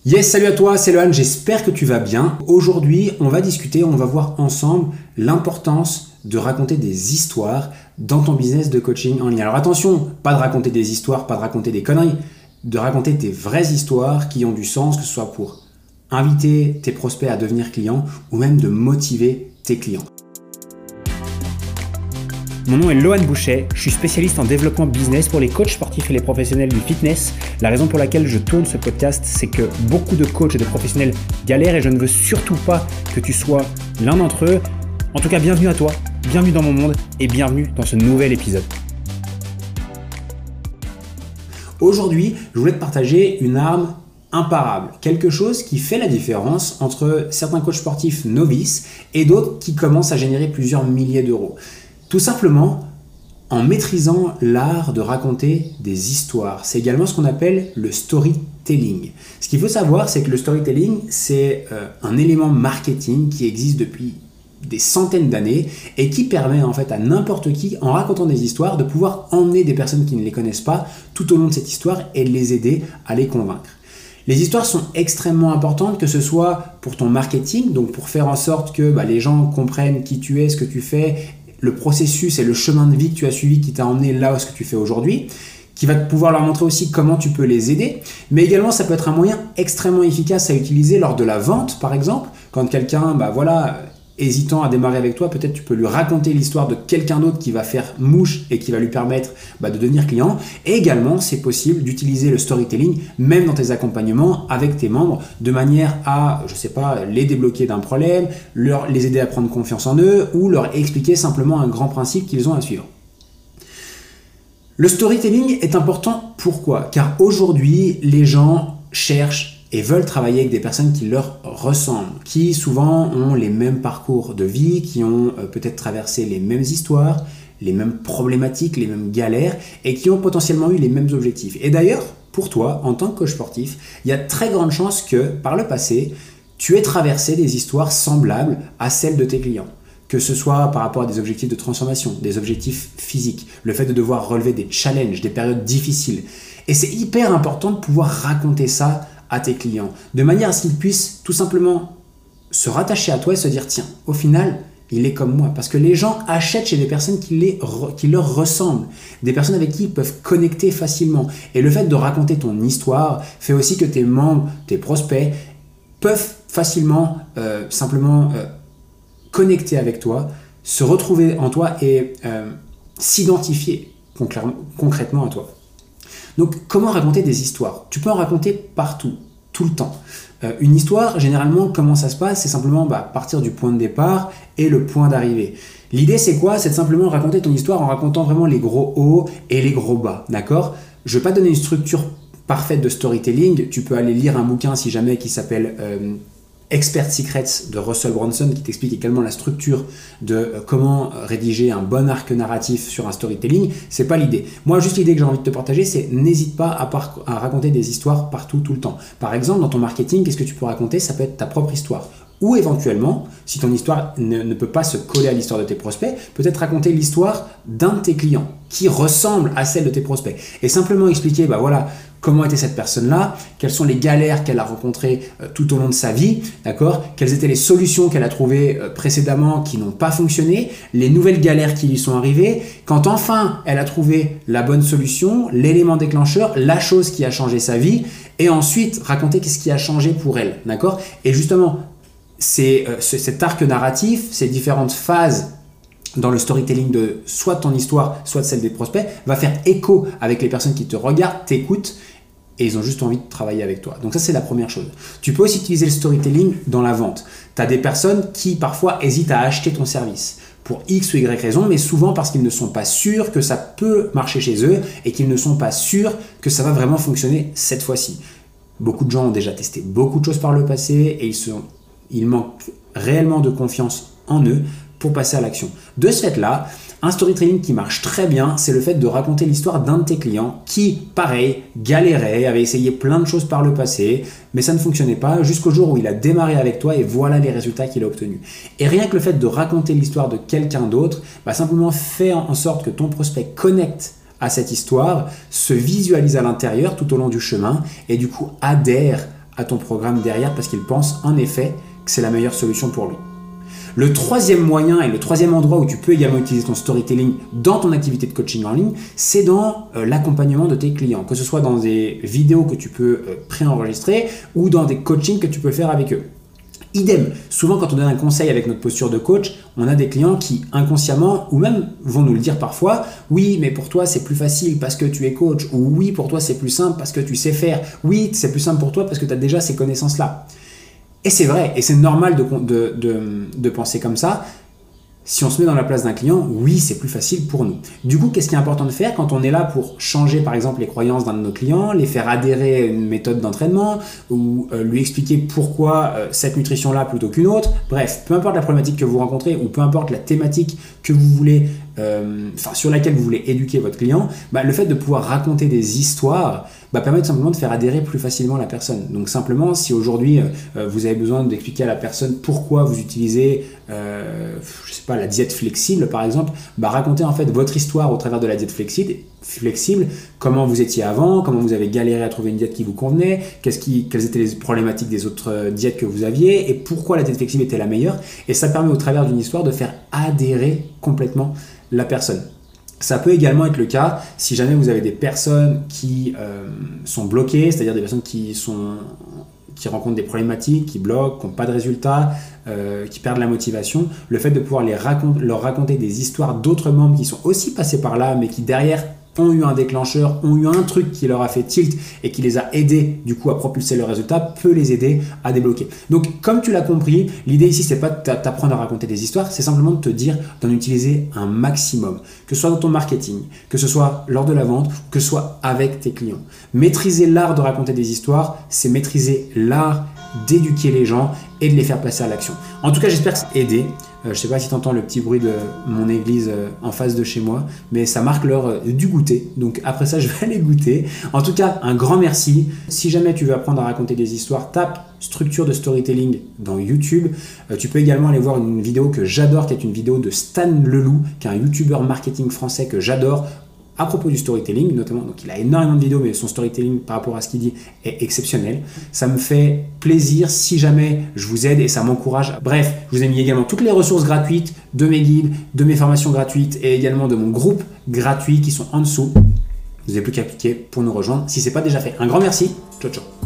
Yes, salut à toi, c'est Lohan, j'espère que tu vas bien. Aujourd'hui, on va discuter, on va voir ensemble l'importance de raconter des histoires dans ton business de coaching en ligne. Alors attention, pas de raconter des histoires, pas de raconter des conneries, de raconter des vraies histoires qui ont du sens, que ce soit pour inviter tes prospects à devenir clients ou même de motiver tes clients. Mon nom est Lohan Bouchet, je suis spécialiste en développement business pour les coachs sportifs et les professionnels du fitness. La raison pour laquelle je tourne ce podcast, c'est que beaucoup de coachs et de professionnels galèrent et je ne veux surtout pas que tu sois l'un d'entre eux. En tout cas, bienvenue à toi, bienvenue dans mon monde et bienvenue dans ce nouvel épisode. Aujourd'hui, je voulais te partager une arme imparable, quelque chose qui fait la différence entre certains coachs sportifs novices et d'autres qui commencent à générer plusieurs milliers d'euros. Tout simplement en maîtrisant l'art de raconter des histoires. C'est également ce qu'on appelle le storytelling. Ce qu'il faut savoir, c'est que le storytelling, c'est un élément marketing qui existe depuis des centaines d'années et qui permet en fait à n'importe qui, en racontant des histoires, de pouvoir emmener des personnes qui ne les connaissent pas tout au long de cette histoire et les aider à les convaincre. Les histoires sont extrêmement importantes, que ce soit pour ton marketing, donc pour faire en sorte que les gens comprennent qui tu es, ce que tu fais, le processus et le chemin de vie que tu as suivi qui t'a emmené là où ce que tu fais aujourd'hui, qui va pouvoir leur montrer aussi comment tu peux les aider, mais également ça peut être un moyen extrêmement efficace à utiliser lors de la vente par exemple, quand quelqu'un hésitant à démarrer avec toi, peut-être tu peux lui raconter l'histoire de quelqu'un d'autre qui va faire mouche et qui va lui permettre de devenir client. Et également, c'est possible d'utiliser le storytelling même dans tes accompagnements avec tes membres de manière à, les débloquer d'un problème, les aider à prendre confiance en eux ou leur expliquer simplement un grand principe qu'ils ont à suivre. Le storytelling est important, pourquoi ? Car aujourd'hui, les gens cherchent et veulent travailler avec des personnes qui leur ressemblent, qui souvent ont les mêmes parcours de vie, qui ont peut-être traversé les mêmes histoires, les mêmes problématiques, les mêmes galères et qui ont potentiellement eu les mêmes objectifs. Et d'ailleurs, pour toi, en tant que coach sportif, il y a très grande chance que, par le passé, tu aies traversé des histoires semblables à celles de tes clients. Que ce soit par rapport à des objectifs de transformation, des objectifs physiques, le fait de devoir relever des challenges, des périodes difficiles. Et c'est hyper important de pouvoir raconter ça à tes clients, de manière à ce qu'ils puissent tout simplement se rattacher à toi et se dire tiens, au final, il est comme moi. Parce que les gens achètent chez des personnes qui leur ressemblent, des personnes avec qui ils peuvent connecter facilement. Et le fait de raconter ton histoire fait aussi que tes membres, tes prospects peuvent facilement connecter avec toi, se retrouver en toi et s'identifier concrètement à toi. Donc, comment raconter des histoires ? Tu peux en raconter partout, tout le temps. Une histoire, généralement, comment ça se passe ? C'est simplement partir du point de départ et le point d'arrivée. L'idée, c'est quoi ? C'est de simplement raconter ton histoire en racontant vraiment les gros hauts et les gros bas, d'accord ? Je ne vais pas donner une structure parfaite de storytelling. Tu peux aller lire un bouquin, si jamais, qui s'appelle Expert Secrets de Russell Brunson, qui t'explique également la structure de comment rédiger un bon arc narratif sur un storytelling. C'est pas l'idée. Moi, juste l'idée que j'ai envie de te partager, c'est n'hésite pas à raconter des histoires partout, tout le temps. Par exemple, dans ton marketing, qu'est-ce que tu peux raconter ? Ça peut être ta propre histoire. Ou éventuellement, si ton histoire ne peut pas se coller à l'histoire de tes prospects, peut-être raconter l'histoire d'un de tes clients qui ressemble à celle de tes prospects. Et simplement expliquer, comment était cette personne-là, quelles sont les galères qu'elle a rencontrées tout au long de sa vie, d'accord ? Quelles étaient les solutions qu'elle a trouvées précédemment qui n'ont pas fonctionné, les nouvelles galères qui lui sont arrivées, quand enfin elle a trouvé la bonne solution, l'élément déclencheur, la chose qui a changé sa vie, et ensuite raconter qu'est-ce qui a changé pour elle, d'accord ? Et justement, cet arc narratif, ces différentes phases dans le storytelling de soit ton histoire, soit de celle des prospects, va faire écho avec les personnes qui te regardent, t'écoutent et ils ont juste envie de travailler avec toi. Donc ça, c'est la première chose. Tu peux aussi utiliser le storytelling dans la vente. Tu as des personnes qui parfois hésitent à acheter ton service pour X ou Y raison, mais souvent parce qu'ils ne sont pas sûrs que ça peut marcher chez eux et qu'ils ne sont pas sûrs que ça va vraiment fonctionner cette fois-ci. Beaucoup de gens ont déjà testé beaucoup de choses par le passé et ils manquent réellement de confiance en eux pour passer à l'action. De ce fait-là, un storytelling qui marche très bien, c'est le fait de raconter l'histoire d'un de tes clients qui, pareil, galérait, avait essayé plein de choses par le passé, mais ça ne fonctionnait pas jusqu'au jour où il a démarré avec toi et voilà les résultats qu'il a obtenus. Et rien que le fait de raconter l'histoire de quelqu'un d'autre, simplement fait en sorte que ton prospect connecte à cette histoire, se visualise à l'intérieur tout au long du chemin et du coup adhère à ton programme derrière parce qu'il pense en effet que c'est la meilleure solution pour lui. Le troisième moyen et le troisième endroit où tu peux également utiliser ton storytelling dans ton activité de coaching en ligne, c'est dans l'accompagnement de tes clients, que ce soit dans des vidéos que tu peux préenregistrer ou dans des coachings que tu peux faire avec eux. Idem, souvent quand on donne un conseil avec notre posture de coach, on a des clients qui inconsciemment ou même vont nous le dire parfois, oui mais pour toi c'est plus facile parce que tu es coach, ou oui pour toi c'est plus simple parce que tu sais faire, oui c'est plus simple pour toi parce que tu as déjà ces connaissances-là. Et c'est vrai, et c'est normal de penser comme ça. Si on se met dans la place d'un client, oui, c'est plus facile pour nous. Du coup, qu'est-ce qui est important de faire quand on est là pour changer, par exemple, les croyances d'un de nos clients, les faire adhérer à une méthode d'entraînement ou lui expliquer pourquoi cette nutrition-là plutôt qu'une autre. Bref, peu importe la problématique que vous rencontrez ou peu importe la thématique que vous voulez, sur laquelle vous voulez éduquer votre client, le fait de pouvoir raconter des histoires permet simplement de faire adhérer plus facilement la personne. Donc simplement, si aujourd'hui vous avez besoin d'expliquer à la personne pourquoi vous utilisez, je sais pas, la diète flexible par exemple, racontez en fait votre histoire au travers de la diète flexible, comment vous étiez avant, comment vous avez galéré à trouver une diète qui vous convenait, quelles étaient les problématiques des autres diètes que vous aviez et pourquoi la diète flexible était la meilleure. Et ça permet au travers d'une histoire de faire adhérer complètement la personne. Ça peut également être le cas si jamais vous avez des personnes qui sont bloquées, c'est-à-dire des personnes qui rencontrent des problématiques, qui bloquent, qui n'ont pas de résultats, qui perdent la motivation. Le fait de pouvoir leur raconter des histoires d'autres membres qui sont aussi passés par là, mais qui derrière ont eu un déclencheur, ont eu un truc qui leur a fait tilt et qui les a aidés du coup à propulser le résultat, peut les aider à débloquer. Donc comme tu l'as compris, l'idée ici c'est pas de t'apprendre à raconter des histoires, c'est simplement de te dire d'en utiliser un maximum, que ce soit dans ton marketing, que ce soit lors de la vente, que ce soit avec tes clients. Maîtriser l'art de raconter des histoires, c'est maîtriser l'art d'éduquer les gens et de les faire passer à l'action. En tout cas, j'espère que ça t'a aidé. Je ne sais pas si tu entends le petit bruit de mon église en face de chez moi, mais ça marque l'heure du goûter. Donc après ça, je vais aller goûter. En tout cas, un grand merci. Si jamais tu veux apprendre à raconter des histoires, tape structure de storytelling dans YouTube. Tu peux également aller voir une vidéo que j'adore, qui est une vidéo de Stan Leloup, qui est un YouTuber marketing français que j'adore, à propos du storytelling notamment. Donc il a énormément de vidéos, mais son storytelling par rapport à ce qu'il dit est exceptionnel. Ça me fait plaisir si jamais je vous aide et ça m'encourage. Bref, je vous ai mis également toutes les ressources gratuites de mes guides, de mes formations gratuites et également de mon groupe gratuit qui sont en dessous. Vous n'avez plus qu'à cliquer pour nous rejoindre si ce n'est pas déjà fait. Un grand merci. Ciao, ciao.